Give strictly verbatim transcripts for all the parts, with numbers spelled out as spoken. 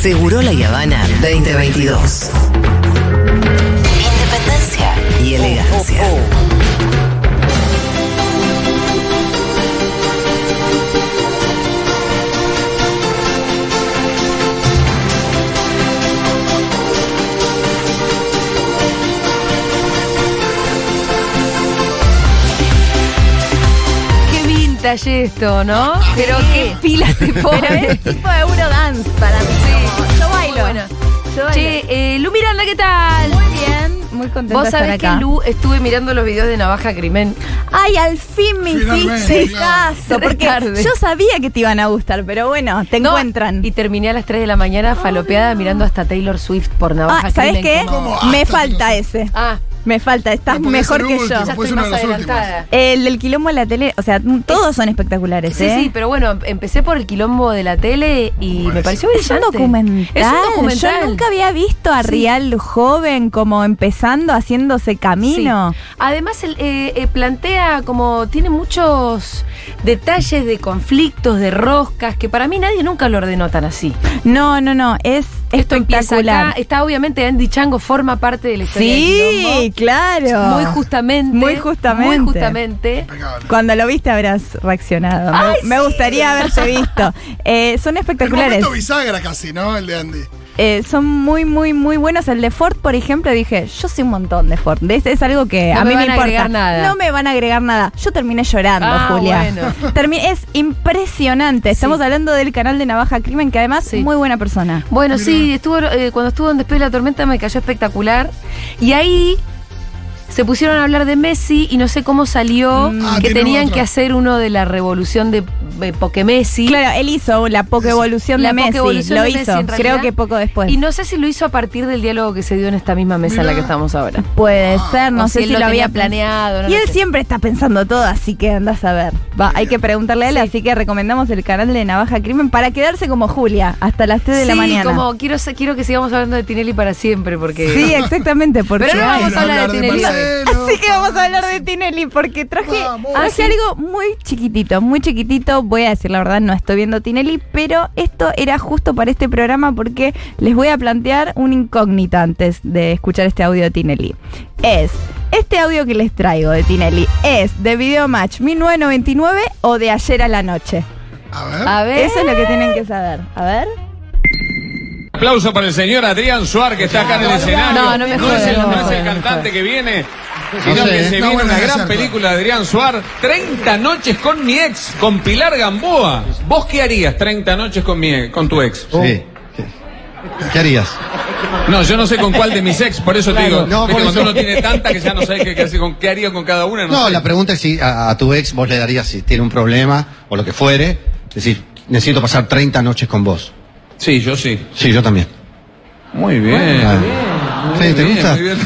Segurola y Habana veinte veintidós. Independencia y elegancia. Oh, oh, oh. Esto, ¿no? Pero qué pilas te pone. Pero es tipo de Eurodance para mí. Sí. Yo bailo. Bueno, yo bailo. Che, eh, Lu Miranda, ¿qué tal? Muy bien, muy contenta Vos de estar sabés acá. que Lu estuve mirando los videos de Navaja Crimen. Ay, al fin me hiciste claro. caso. Porque yo sabía que te iban a gustar, pero bueno, te no, encuentran. Y terminé a las tres de la mañana falopeada mirando hasta Taylor Swift por Navaja ah, ¿sabés Crimen. qué? ¿Cómo? Me falta ese. Ah. Me falta, estás mejor que yo. Ya estoy más adelantada. El del quilombo de la tele, o sea, todos son espectaculares, sí, ¿eh? Sí, sí, pero bueno, empecé por el quilombo de la tele y bueno, me pareció brillante. Es un documental. Es un documental. Yo nunca había visto a sí. Rial joven como empezando, haciéndose camino. Sí. Además, el, eh, eh, plantea como, tiene muchos detalles de conflictos, de roscas, que para mí nadie nunca lo ordenó tan así. No, no, no, es Esto espectacular. Acá, está obviamente Andy Chango, forma parte de la historia sí, del quilombo. Claro. Muy justamente. Muy justamente. Muy justamente. Cuando lo viste habrás reaccionado. Ay, me, me sí. gustaría haberte visto. Eh, son espectaculares. El momento bisagra casi, ¿no? El de Andy. Eh, son muy, muy, muy buenos. El de Ford, por ejemplo, dije, yo sé un montón de Ford. Es, es algo que no a mí me, me importa. Agregar nada. No me van a agregar nada. Yo terminé llorando, ah, Julia. Bueno. Terminé, es impresionante. Sí. Estamos hablando del canal de Navaja Crimen, que además sí. es muy buena persona. Bueno, Mira. sí, estuvo eh, cuando estuvo en Después de la Tormenta me cayó espectacular. Y ahí se pusieron a hablar de Messi y no sé cómo salió mm. que ah, tenían otro. que hacer uno de la revolución de, de Pokémessi. Claro, él hizo la Pokévolución de Messi. Lo de hizo, Messi, creo que poco después. Y no sé si lo hizo a partir del diálogo que se dio en esta misma mesa Mira. en la que estamos ahora. Puede ser, no o sé si, si lo, lo había planeado. No y él sé. siempre está pensando todo, así que andás a ver. Va, hay que preguntarle a él, sí. así que recomendamos el canal de Navaja Crimen para quedarse como Julia hasta las tres de sí, la mañana. como quiero, quiero que sigamos hablando de Tinelli para siempre, porque... Sí, exactamente. Porque Pero no vamos a hablar de Tinelli. Así que vamos a hablar de Tinelli, porque traje, traje algo muy chiquitito, muy chiquitito. Voy a decir la verdad, no estoy viendo Tinelli, pero esto era justo para este programa porque les voy a plantear una incógnita antes de escuchar este audio de Tinelli. Es, este audio que les traigo de Tinelli, ¿es de Videomatch mil novecientos noventa y nueve o de ayer a la noche? A ver. A ver. Eso es lo que tienen que saber. A ver. Aplauso para el señor Adrián Suárez, que está acá en el escenario. No, no me no es el, no, no es el no cantante me que viene, sino no sé, que se no, viene bueno, una es gran cierto. película de Adrián Suárez. treinta noches con mi ex, con Pilar Gamboa. ¿Vos qué harías treinta noches con mi con tu ex? Sí. ¿Qué harías? No, yo no sé con cuál de mis ex, por eso te digo. No, viste, por cuando eso. uno tiene tanta que ya no sabe qué, qué, hace con, qué haría con cada una. No, No, sé. la pregunta es si a, a tu ex vos le darías, si tiene un problema o lo que fuere, decir, necesito pasar treinta noches con vos. Sí, yo sí. Sí, yo también. Muy bien. Ah. Muy Sí, ¿te bien, gusta? muy bien.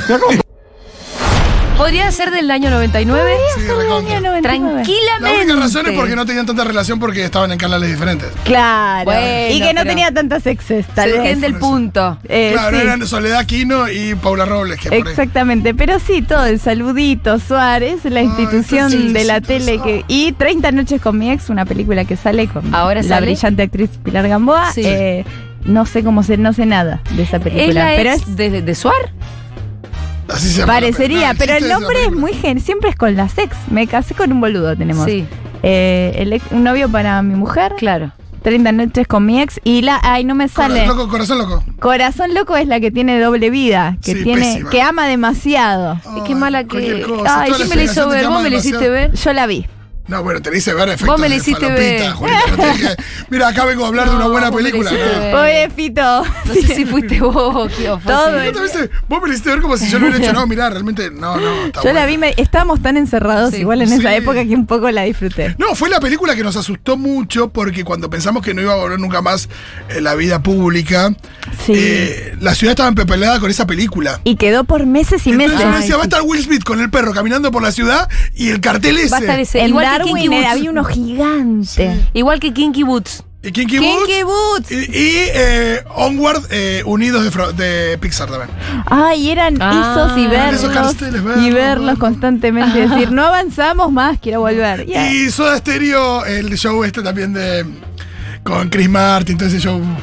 ¿Podría ser del año noventa y nueve? Sí, recontra. noventa y nueve. Tranquilamente. La única razón es porque no tenían tanta relación porque estaban en canales diferentes. Claro. Bueno, y que no pero- tenía tantas exes, tal Se vez. dejen del punto. Eh, claro, sí. eran Soledad Quino y Paula Robles. Que por ahí- Exactamente, pero sí, todo el saludito, Suárez, la institución entonces, de la sí, tele sí. que y treinta noches con mi ex, una película que sale con Ahora la sale. brillante actriz Pilar Gamboa. Sí. Eh, no sé cómo sé, no sé nada de esa ¿Es película, la pero ex es de, de Suar? Así se llama la parecería, película. pero No, el existe nombre esa es muy película. gen, siempre es con las ex. Me casé con un boludo, tenemos. Sí, Eh, el ex- un novio para mi mujer, claro. treinta noches con mi ex y la ay no me sale. Cora- loco, corazón loco. Corazón loco es la que tiene doble vida, que Sí, tiene, pésima. que ama demasiado. Es que mala que... cualquier cosa. Ay, Toda ¿quién la me la hizo generación te ver? llama ¿Vos me la hiciste demasiado. ver? Yo la vi. No, bueno, te hice ver efectos Vos me la de hiciste falopita, ver. Julieta. Yo te dije, mira, acá vengo a hablar de una No, buena vos me la película. hiciste ¿no? ver. Pobre Fito. No sé si fuiste vos, qué fue Todo así. Yo también sé, vos me la hiciste ver como si yo lo hubiera hecho. No, mirá, realmente, no, no. Está Yo la buena. vi, me- estábamos tan encerrados Sí. igual en esa Sí. época que un poco la disfruté. No, fue la película que nos asustó mucho porque cuando pensamos que no iba a volver nunca más eh, la vida pública, Sí. eh, la ciudad estaba empepelada con esa película. Y quedó por meses y Entonces meses. yo Ay, decía, va a sí. estar Will Smith con el perro caminando por la ciudad y el cartel ese. Va a estar ese. En Igual que Darwin Kinky era- Boots. había uno gigante. Igual que Kinky Boots. Y Kinky, Kinky Boots. Boots. Y, y, eh, Onward, eh, unidos de, Fro- de Pixar también. Ay, eran Ah, esos y verlos. esos carteles, y verlos, verlos verlos. constantemente. Decir, no avanzamos más, quiero volver. Yeah. Y Soda Stereo, el show este también de. Con Chris Martin, todo ese show.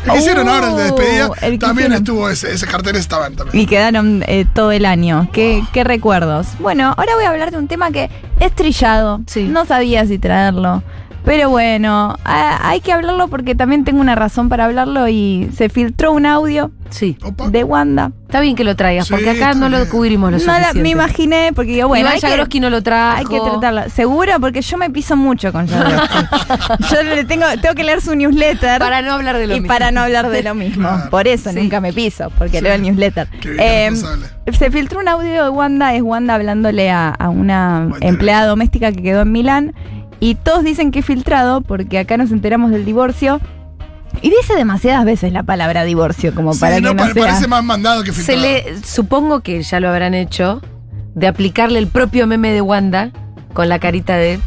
El que hicieron Uh, ahora, el de despedida, el que también hicieron. estuvo, ese, ese cartel estaban también. Y quedaron eh, todo el año. ¿Qué, qué recuerdos? Bueno, ahora voy a hablar de un tema que es trillado. Sí. No sabía si traerlo. Pero bueno, a- hay que hablarlo porque también tengo una razón para hablarlo y se filtró un audio Sí. Opa. de Wanda. Está bien que lo traigas, Sí, porque acá está no lo bien. cubrimos lo No la- suficiente. me imaginé porque digo, bueno, Iván hay que, Jagroski no lo trajo. hay que tratarlo. ¿Segura? Porque yo me piso mucho con Jagroski. Yo le tengo, tengo que leer su newsletter. Para no hablar de lo y mismo. para no hablar de lo mismo. Claro. Por eso Sí. nunca me piso, porque Sí. leo el newsletter. Qué bien, Eh, responsable. se filtró un audio de Wanda, es Wanda hablándole a, a una Buen empleada doméstica que quedó en Milán. Y todos dicen que es filtrado porque acá nos enteramos del divorcio. Y dice demasiadas veces la palabra divorcio, como Sí, para no, que no pa- sea. parece más mandado que Se filtrado. le, supongo que ya lo habrán hecho, de aplicarle el propio meme de Wanda con la carita de...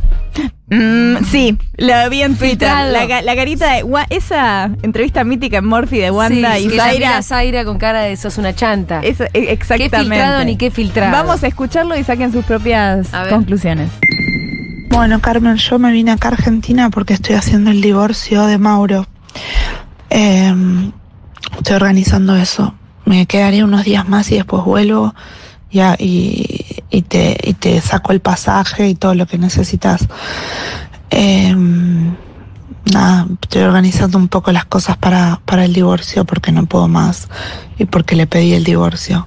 Mm, sí, lo vi en Twitter. Filtrado. La, ca- la carita de Wa- esa entrevista mítica en Morphy de Wanda Sí, y que ella mira Zaira. a Zaira con cara de sos una chanta. Eso, e- ¿Qué exactamente. filtrado ni qué filtrado? Vamos a escucharlo y saquen sus propias A ver. conclusiones. Bueno, Carmen, yo me vine acá a Argentina porque estoy haciendo el divorcio de Mauro. Eh, estoy organizando eso. Me quedaré unos días más y después vuelvo ya, y, y, te, y te saco el pasaje y todo lo que necesitas. Eh, nada, estoy organizando un poco las cosas para, para el divorcio porque no puedo más y porque le pedí el divorcio.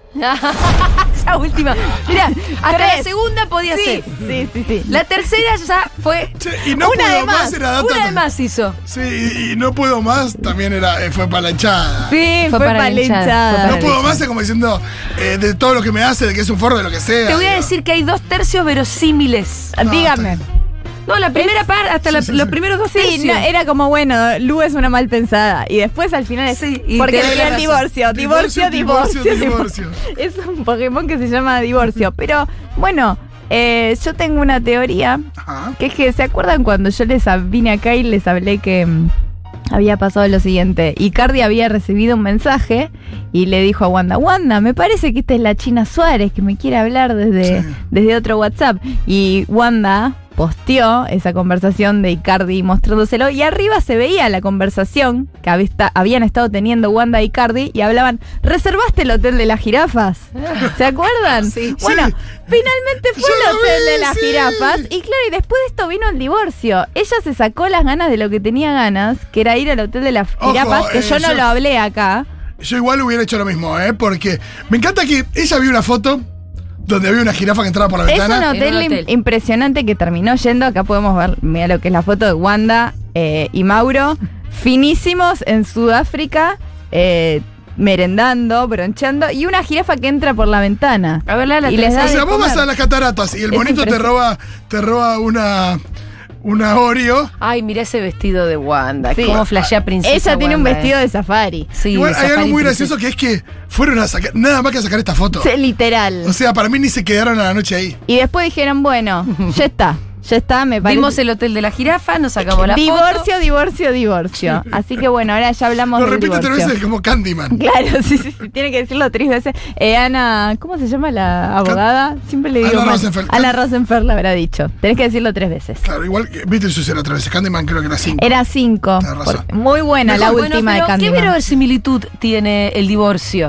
Esa última. Mira, hasta la Tres. segunda podía Sí, ser. sí, sí, sí. La tercera ya fue... Che, y no Una puedo de más, más, era data. Una de más hizo. Sí, y, y no puedo más también era, eh, fue para la hinchada. Sí, Fue fue, para para la la hinchada, hinchada. fue para No la puedo hinchada. más es como diciendo eh, de todo lo que me hace, de que es un forro, de lo que sea. Te voy a digo. decir que hay dos tercios verosímiles. No, Dígame. está No, la primera parte, hasta la- Sí, sí, los sí. primeros dos Sí, tercios. no, era como, bueno, Lu es una mal pensada. Y después al final es. Sí, y porque te doy venía la el razón. divorcio, divorcio, Divorcio, divorcio, divorcio, divorcio. Es un Pokémon que se llama divorcio. Pero, bueno, eh, yo tengo una teoría. Ajá. Que es que, ¿se acuerdan cuando yo les hab- vine acá y les hablé que mm, había pasado lo siguiente? Icardi había recibido un mensaje y le dijo a Wanda, Wanda, me parece que esta es la China Suárez que me quiere hablar desde, Sí. desde otro WhatsApp. Y Wanda posteó esa conversación de Icardi mostrándoselo y arriba se veía la conversación que hab- esta- habían estado teniendo Wanda y Icardi y hablaban, ¿reservaste el hotel de las jirafas? ¿Se acuerdan? Sí. Bueno, Sí. finalmente fue Yo el lo hotel vi, de las sí. jirafas y claro, y después de esto vino el divorcio. Ella se sacó las ganas de lo que tenía ganas, que era ir al hotel de las Ojo, jirafas, que eh, yo no yo- lo hablé acá. Yo igual hubiera hecho lo mismo, ¿eh? Porque me encanta que ella vio una foto donde había una jirafa que entraba por la Es un ventana. hotel, En un im- hotel. impresionante que terminó yendo. Acá podemos ver, mira lo que es la foto de Wanda eh, y Mauro, finísimos en Sudáfrica, eh, merendando, bronchando, y una jirafa que entra por la ventana. A ver, la, la Y les tercera. da O sea, de vos vas comer. a las cataratas y el Es monito te impresionante. roba, te roba una, una Oreo. Ay, mira ese vestido de Wanda. Sí. Cómo flashea princesa Ella tiene un Wanda, vestido eh. de safari. Sí, Igual de hay algo safari muy princesa. gracioso que es que fueron a sacar, nada más que a sacar esta foto. Sí, literal. O sea, para mí ni se quedaron a la noche ahí. Y después dijeron, bueno, ya está, ya está, me parece. Vimos el hotel de la jirafa, nos sacamos la foto. divorcio, divorcio, divorcio. Así que bueno, ahora ya hablamos Lo del repite tres divorcio. veces como Candyman. Claro, sí, sí, sí, tiene que decirlo tres veces. Eh, Ana, ¿cómo se llama la abogada? Siempre le digo Ana mal. Rosenfeld. Ana Rosenfeld la habrá dicho. Tenés que decirlo tres veces. Claro, igual que viste eso era otra vez. Candyman creo que era cinco. Era cinco. Tenés razón. Por- muy buena la Bueno, última pero de ¿qué Candyman. verosimilitud tiene el divorcio?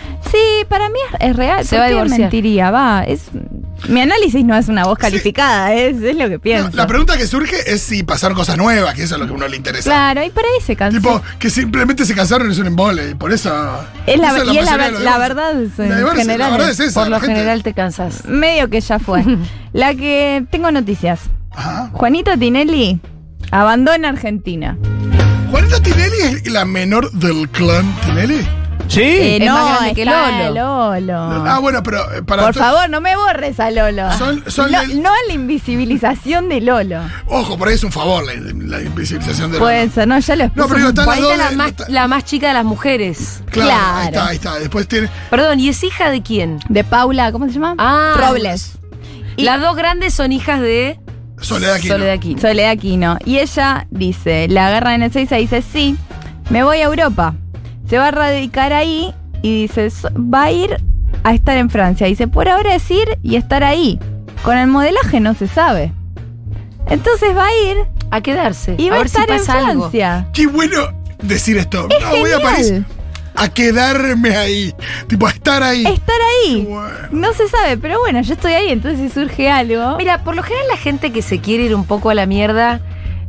Sí, para mí es, es real. Se ¿Por va a qué divorciar. mentiría? Va, es mi análisis no es una voz calificada, es, es lo que pienso. No, la pregunta que surge es si pasaron cosas nuevas, que eso es lo que a uno le interesa. Claro, y por ahí se cansó. Tipo, que simplemente se casaron es un embole. Y por eso. Es la- esa y es la mayoría ver- de los la divorcios. verdad es, en La divorcio- general La verdad es- es esa. Por lo la gente- general te cansas. Medio que ya fue. La que tengo noticias. Ajá. Juanito Tinelli abandona Argentina. ¿Juanita Tinelli es la menor del clan Tinelli? Sí. Eh, es no, más grande que está Lolo. Lolo. Ah, bueno, pero eh, para. Por to- favor, no me borres a Lolo. Son- son no, del- no a la invisibilización de Lolo. Ojo, por ahí es un favor la, la invisibilización de Puede ser, no, ya lo expuso. No, pero digo, está la Juanita es la doble. más, está- la más chica de las mujeres. Claro, Claro. ahí está, ahí está. Después tiene. Perdón, ¿y es hija de quién? De Paula, ¿cómo se llama? Ah, Robles. Y- Las dos grandes son hijas de Soledad Aquino. Soledad Aquino. Soledad Aquino. Y ella dice, la agarra en el seis y dice, sí, me voy a Europa. Se va a radicar ahí y dice, so- va a ir a estar en Francia. Dice, por ahora es ir y estar ahí. Con el modelaje no se sabe. Entonces va a ir A quedarse. y a va a ver si estar en pasa algo. Francia. Qué bueno. decir esto. Es no, voy a genial. París a quedarme ahí. Tipo, a estar ahí. Estar ahí. Bueno. No se sabe, pero bueno, yo estoy ahí, entonces si surge algo. Mira, por lo general la gente que se quiere ir un poco a la mierda,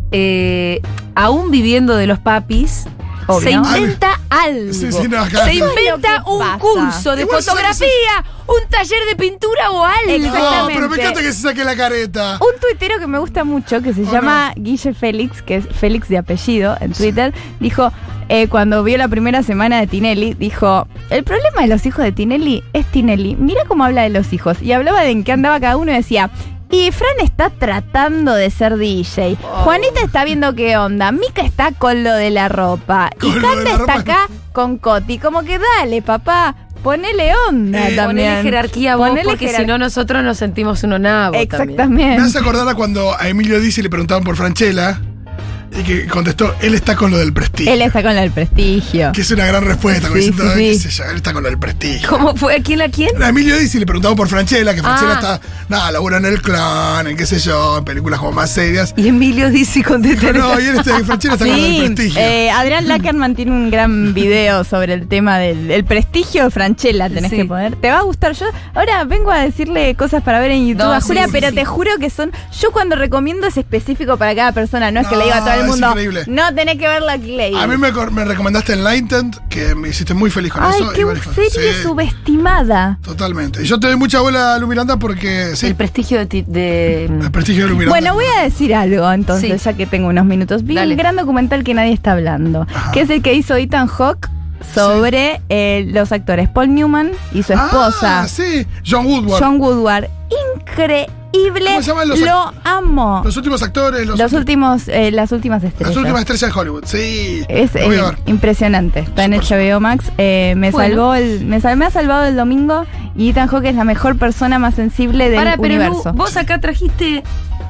eh, aún viviendo de los papis, Obvio. se inventa algo. Sí, sí, no, acá. Se Eso es inventa lo que un pasa. curso de Igual sabes fotografía, un taller de pintura o algo. No, Exactamente. pero me encanta que se saque la careta. Un tuitero que me gusta mucho, que se ¿O llama Guille Félix, que es Félix de apellido en Twitter, dijo, eh, cuando vio la primera semana de Tinelli, dijo, el problema de los hijos de Tinelli es Tinelli. Mira cómo habla de los hijos. Y hablaba de en qué andaba cada uno y decía, y Fran está tratando de ser D J. Juanita está viendo qué onda. Mica está con lo de la ropa. Con Y lo de Cande la está ropa. acá con Coti. Como que dale, papá. Ponele onda Eh, también. Ponele jerarquía vos, Ponele porque jerar- si no nosotros nos sentimos unos nabos. Me Exactamente. hace acordar a cuando a Emilio Dizzi le preguntaban por Franchella y que contestó, él está con lo del prestigio. Él está con lo del prestigio. Que es una gran respuesta, como Sí, diciendo, sí, "Ay, sí. qué sé yo, él está con lo del prestigio. ¿Cómo fue? ¿A quién a quién? A Emilio Dizzi le preguntaban por Franchella, que Franchella Ah. está, nada, labura en El Clan, en qué sé yo, en películas como más serias. Y Emilio dice contesta. Pero no, y él está, Franchella está con lo del Sí, prestigio. eh, Adrián Lackerman tiene un gran video sobre el tema del el prestigio de Franchella, tenés Sí. que poner. Te va a gustar. Yo ahora vengo a decirle cosas para ver en YouTube No, a sí, Julia, sí, pero sí. te juro que son. Yo cuando recomiendo es específico para cada persona, no es que No, le diga a todo el es mundo. increíble. No tenés que ver la Clay. A mí me, cor- me recomendaste Enlightened, que me hiciste muy feliz con Ay, eso. qué y bueno, serie sí, subestimada. totalmente. Y yo te doy mucha bola a Lu Miranda porque, sí, El prestigio de, ti- de- el prestigio de Lu Miranda. Bueno, voy a decir algo entonces, Sí. ya que tengo unos minutos. Vi Dale. un gran documental que nadie está hablando, Ajá. que es el que hizo Ethan Hawke sobre eh, los actores Paul Newman y su esposa. Ah, sí, John Woodward. John Woodward. Increíble. ¿Cómo se llaman los Lo act- amo. Los últimos actores, los, Los últimos, eh, las últimas las estrellas. últimas estrellas de Hollywood. Sí, Es lo voy a eh, ver. impresionante. Está en H B O Max. Eh, me Bueno. salvó el, me, sal- me ha salvado el domingo. Y Ethan Hawke es la mejor persona más sensible del Para, pero Lu, universo. vos acá trajiste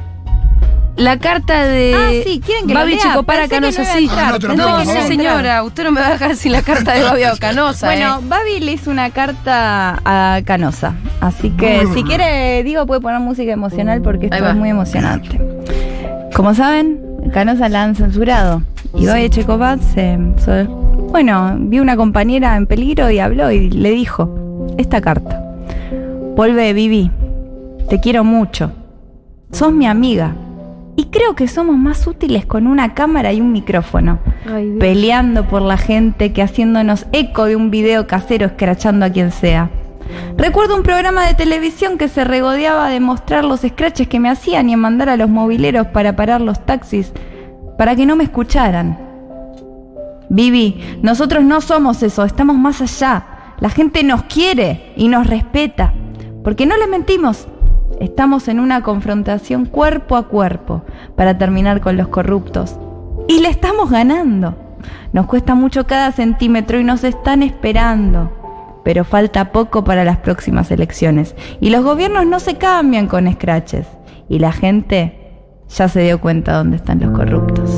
la carta de Ah, sí, ¿quieren que lo Babi lea? Chicopara Pensé que Canosa, no iba a sí. entrar. Ah, no, te lo No, pido, sí, por favor. señora, usted no me va a dejar sin la carta de Babi Canosa. Bueno, eh. Babi le hizo una carta a Canosa. Así que Muy si bueno. quiere, digo, puede poner música emocional porque esto Ahí va. es muy emocionante. Como saben, Canosa la han censurado. Y Babi Checopar se, se- bueno, vio una compañera en peligro y habló y le dijo esta carta. Vuelve, Vivi. Te quiero mucho. Sos mi amiga. Y creo que somos más útiles con una cámara y un micrófono. Ay, Dios. Peleando por la gente que haciéndonos eco de un video casero escrachando a quien sea. Recuerdo un programa de televisión que se regodeaba de mostrar los scratches que me hacían y en mandar a los mobileros para parar los taxis para que no me escucharan. Vivi, nosotros no somos eso, estamos más allá. La gente nos quiere y nos respeta. Porque no les mentimos. Estamos en una confrontación cuerpo a cuerpo para terminar con los corruptos. Y le estamos ganando. Nos cuesta mucho cada centímetro y nos están esperando. Pero falta poco para las próximas elecciones. Y los gobiernos no se cambian con scratches. Y la gente ya se dio cuenta dónde están los corruptos.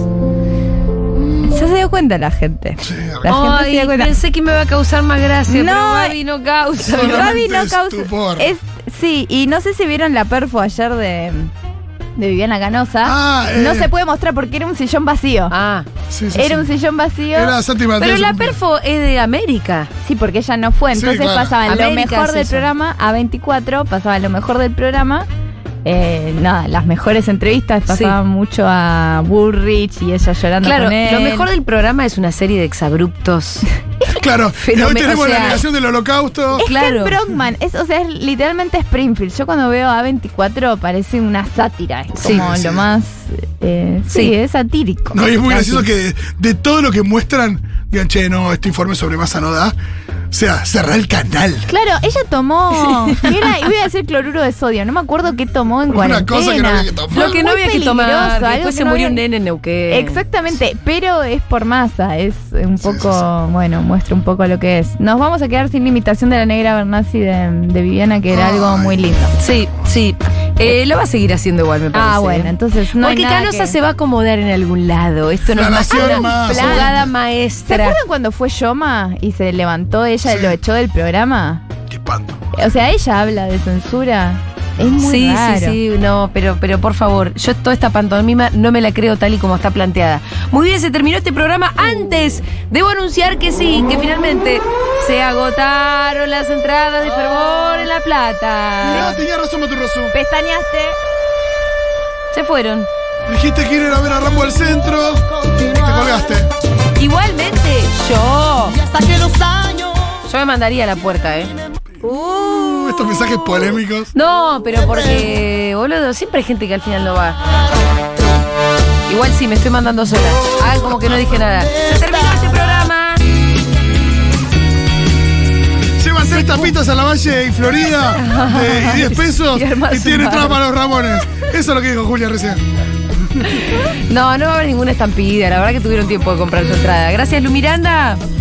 Ya se dio cuenta la gente. Sí, La gente se Ay, dio cuenta. pensé que me va a causar más gracia, No, pero Babi no causa. Solamente Babi no causa. estupor. Es, sí, y no sé si vieron la perfo ayer de, de Viviana Canosa. Ah, eh. No se puede mostrar porque era un sillón vacío. Ah, Sí, sí, era sí. un sillón vacío. Era Santi Mateo, pero su la cumpleaños. perfo es de América. Sí, porque ella no fue. Sí, Entonces claro. pasaban lo América mejor es del eso. programa a veinticuatro, pasaban lo mejor del programa. Eh, nada, las mejores entrevistas pasaban mucho a Bullrich y ella llorando Claro, con él. lo mejor del programa es una serie de exabruptos. Claro, y hoy Fenómeno, tenemos o sea, la negación del holocausto. Es Claro. que Brockman, es, o sea, es literalmente Springfield. Yo cuando veo A veinticuatro parece una sátira. Es Sí. como Sí. lo más. eh, sí, Sí. es satírico. No, y es muy Casi. gracioso que de, de todo lo que muestran, digan, che, no, este informe sobre masa no da. O sea, cerrar el canal. Claro, ella tomó. ¿Qué era? Iba a decir cloruro de sodio. No me acuerdo qué tomó en Una cuarentena. cosa que no había que tomar. Fue Lo que no muy había que tomar. peligroso, algo Después que se no murió había- un nene en Neuquén. Exactamente, pero es por masa, es un Sí, poco, sí, bueno, muestra un poco lo que es. Nos vamos a quedar sin la imitación de la negra Bernasi de, de Viviana, que era Ay. algo muy lindo. Sí, sí. Eh, lo va a seguir haciendo igual, me parece. Ah, bueno, entonces no hay Porque nada Canosa que- se va a acomodar en algún lado. Esto no La es más nación una más, jugada obviamente. ¿Se maestra. acuerdan cuando fue Yoma y se levantó ella y Sí. lo echó del programa? Qué espanto. O sea, ella habla de censura. Es muy Sí, raro. sí, sí, no, pero, pero por favor, yo toda esta pantomima no me la creo tal y como está planteada. Muy bien, se terminó este programa. Antes, debo anunciar que sí, que finalmente se agotaron las entradas de Fervor en La Plata. No, tenía razón, Maturroso. Pestañaste. Se fueron. Dijiste que ir a ver a Rambo al centro. Te colgaste. Igualmente, yo. Yo me mandaría a la puerta, ¿eh? Uh, estos mensajes polémicos. No, pero porque, boludo, siempre hay gente que al final no va. Igual sí, me estoy mandando sola. Hagan como que no dije nada. Se terminó este programa. Llevan tres tapitas a la Valle y Florida de, y diez pesos Y armás y, un tiene bar. entrada para los Ramones. Eso es lo que dijo Julia recién. No, no va a haber ninguna estampida. La verdad que tuvieron tiempo de comprar su entrada. Gracias, Lu Miranda.